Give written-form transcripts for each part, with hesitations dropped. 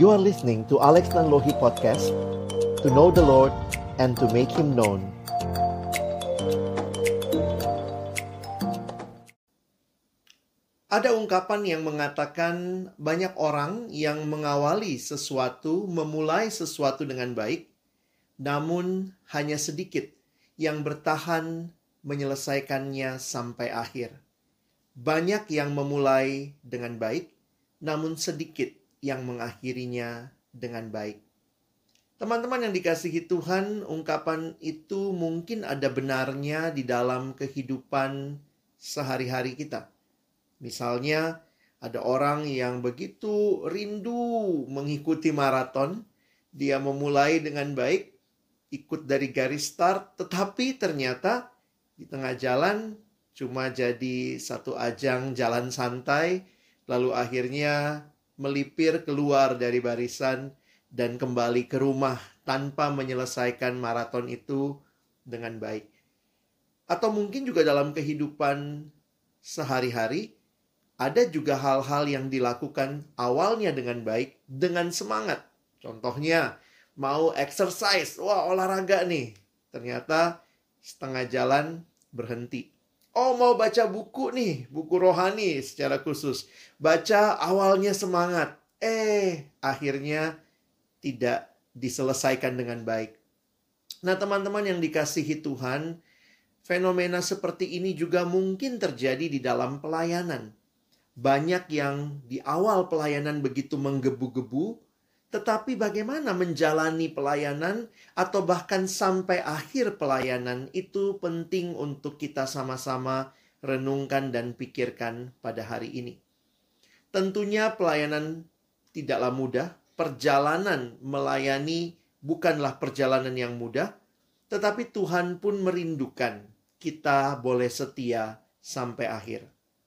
You are listening to Alex Nanlohi Podcast, to know the Lord and to make Him known. Ada ungkapan yang mengatakan banyak orang yang mengawali sesuatu, memulai sesuatu dengan baik, namun hanya sedikit yang bertahan menyelesaikannya sampai akhir. Banyak yang memulai dengan baik, namun sedikit yang mengakhirinya dengan baik. Teman-teman yang dikasihi Tuhan, ungkapan itu mungkin ada benarnya di dalam kehidupan sehari-hari kita. Misalnya, ada orang yang begitu rindu mengikuti maraton. Dia memulai dengan baik, ikut dari garis start, tetapi ternyata di tengah jalan cuma jadi satu ajang jalan santai, lalu akhirnya melipir keluar dari barisan dan kembali ke rumah tanpa menyelesaikan maraton itu dengan baik. Atau mungkin juga dalam kehidupan sehari-hari, ada juga hal-hal yang dilakukan awalnya dengan baik, dengan semangat. Contohnya, mau exercise, wah olahraga nih. Ternyata setengah jalan berhenti. Oh, mau baca buku nih, buku rohani secara khusus. Baca awalnya semangat. Akhirnya tidak diselesaikan dengan baik. Nah, teman-teman yang dikasihi Tuhan, fenomena seperti ini juga mungkin terjadi di dalam pelayanan. Banyak yang di awal pelayanan begitu menggebu-gebu, tetapi bagaimana menjalani pelayanan atau bahkan sampai akhir pelayanan itu penting untuk kita sama-sama renungkan dan pikirkan pada hari ini. Tentunya pelayanan tidaklah mudah, perjalanan melayani bukanlah perjalanan yang mudah, tetapi Tuhan pun merindukan kita boleh setia sampai akhir.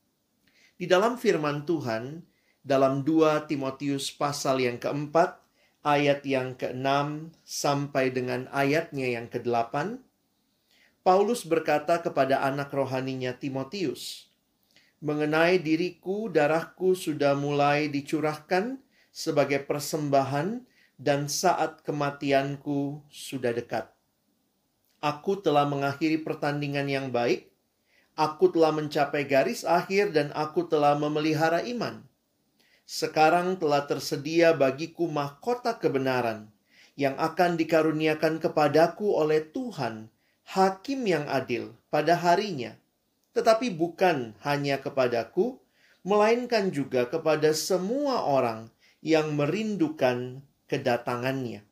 Di dalam firman Tuhan, dalam 2 Timotius pasal yang keempat, ayat yang ke-6 sampai dengan ayatnya yang ke-8, Paulus berkata kepada anak rohaninya Timotius, "Mengenai diriku, darahku sudah mulai dicurahkan sebagai persembahan dan saat kematianku sudah dekat. Aku telah mengakhiri pertandingan yang baik, aku telah mencapai garis akhir dan aku telah memelihara iman. Sekarang telah tersedia bagiku mahkota kebenaran yang akan dikaruniakan kepadaku oleh Tuhan, Hakim yang adil pada harinya. Tetapi bukan hanya kepadaku, melainkan juga kepada semua orang yang merindukan kedatangannya."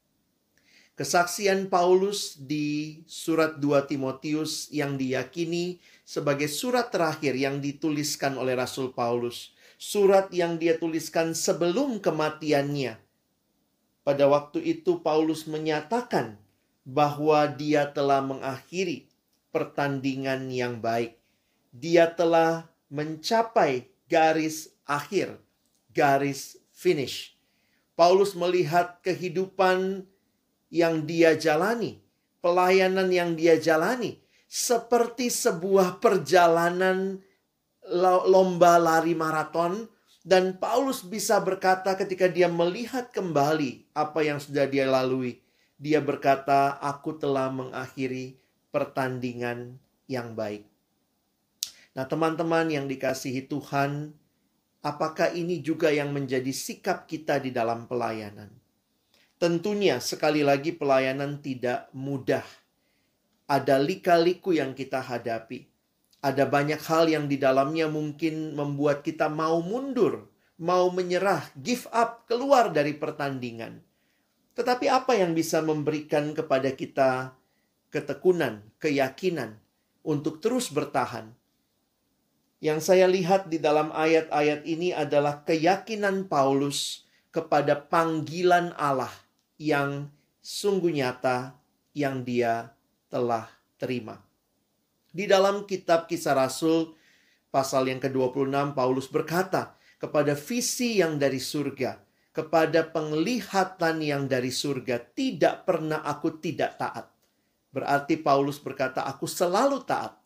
Kesaksian Paulus di surat 2 Timotius yang diyakini sebagai surat terakhir yang dituliskan oleh Rasul Paulus. Surat yang dia tuliskan sebelum kematiannya. Pada waktu itu Paulus menyatakan bahwa dia telah mengakhiri pertandingan yang baik. Dia telah mencapai garis akhir, garis finish. Paulus melihat kehidupan yang dia jalani, pelayanan yang dia jalani, seperti sebuah perjalanan lomba lari maraton. Dan Paulus bisa berkata ketika dia melihat kembali apa yang sudah dia lalui, dia berkata, "Aku telah mengakhiri pertandingan yang baik." Nah, teman-teman yang dikasihi Tuhan, apakah ini juga yang menjadi sikap kita di dalam pelayanan? Tentunya sekali lagi pelayanan tidak mudah. Ada lika-liku yang kita hadapi. Ada banyak hal yang di dalamnya mungkin membuat kita mau mundur, mau menyerah, give up, keluar dari pertandingan. Tetapi apa yang bisa memberikan kepada kita ketekunan, keyakinan untuk terus bertahan? Yang saya lihat di dalam ayat-ayat ini adalah keyakinan Paulus kepada panggilan Allah yang sungguh nyata yang dia telah terima. Di dalam kitab Kisah Rasul pasal yang ke-26, Paulus berkata, "Kepada visi yang dari surga, kepada penglihatan yang dari surga, tidak pernah aku tidak taat." Berarti Paulus berkata, "Aku selalu taat."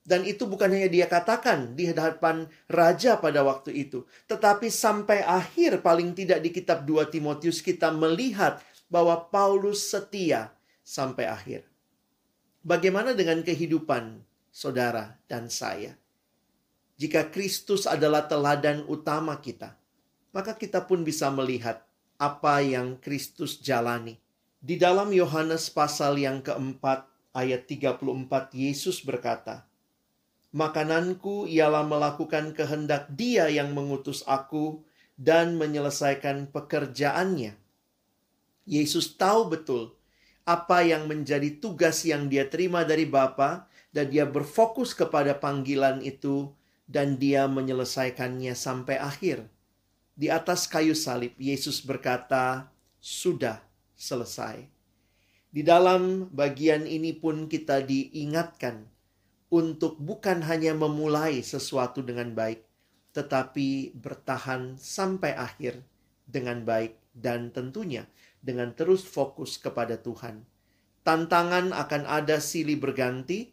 Dan itu bukan hanya dia katakan di hadapan raja pada waktu itu. Tetapi sampai akhir, paling tidak di kitab 2 Timotius kita melihat bahwa Paulus setia sampai akhir. Bagaimana dengan kehidupan saudara dan saya? Jika Kristus adalah teladan utama kita, maka kita pun bisa melihat apa yang Kristus jalani. Di dalam Yohanes pasal yang keempat ayat 34, Yesus berkata, "Makananku ialah melakukan kehendak Dia yang mengutus aku dan menyelesaikan pekerjaannya." Yesus tahu betul apa yang menjadi tugas yang dia terima dari Bapa, dan dia berfokus kepada panggilan itu, dan dia menyelesaikannya sampai akhir. Di atas kayu salib, Yesus berkata, "Sudah selesai." Di dalam bagian ini pun kita diingatkan untuk bukan hanya memulai sesuatu dengan baik, tetapi bertahan sampai akhir dengan baik, dan tentunya dengan terus fokus kepada Tuhan. Tantangan akan ada silih berganti,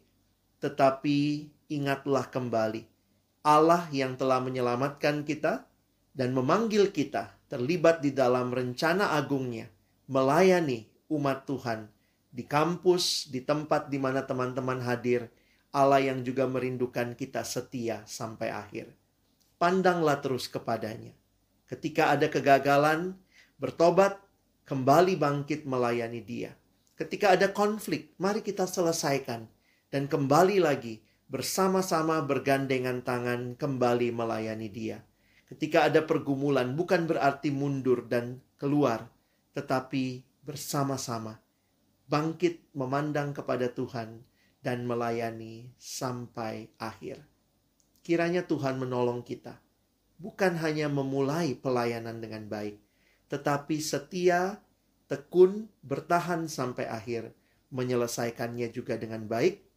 tetapi ingatlah kembali, Allah yang telah menyelamatkan kita dan memanggil kita terlibat di dalam rencana agungnya, melayani umat Tuhan di kampus, di tempat di mana teman-teman hadir. Allah yang juga merindukan kita setia sampai akhir. Pandanglah terus kepadanya. Ketika ada kegagalan, bertobat, kembali bangkit melayani Dia. Ketika ada konflik, mari kita selesaikan dan kembali lagi bersama-sama bergandengan tangan kembali melayani Dia. Ketika ada pergumulan, bukan berarti mundur dan keluar, tetapi bersama-sama bangkit memandang kepada Tuhan dan melayani sampai akhir. Kiranya Tuhan menolong kita, bukan hanya memulai pelayanan dengan baik, tetapi setia, tekun, bertahan sampai akhir, menyelesaikannya juga dengan baik,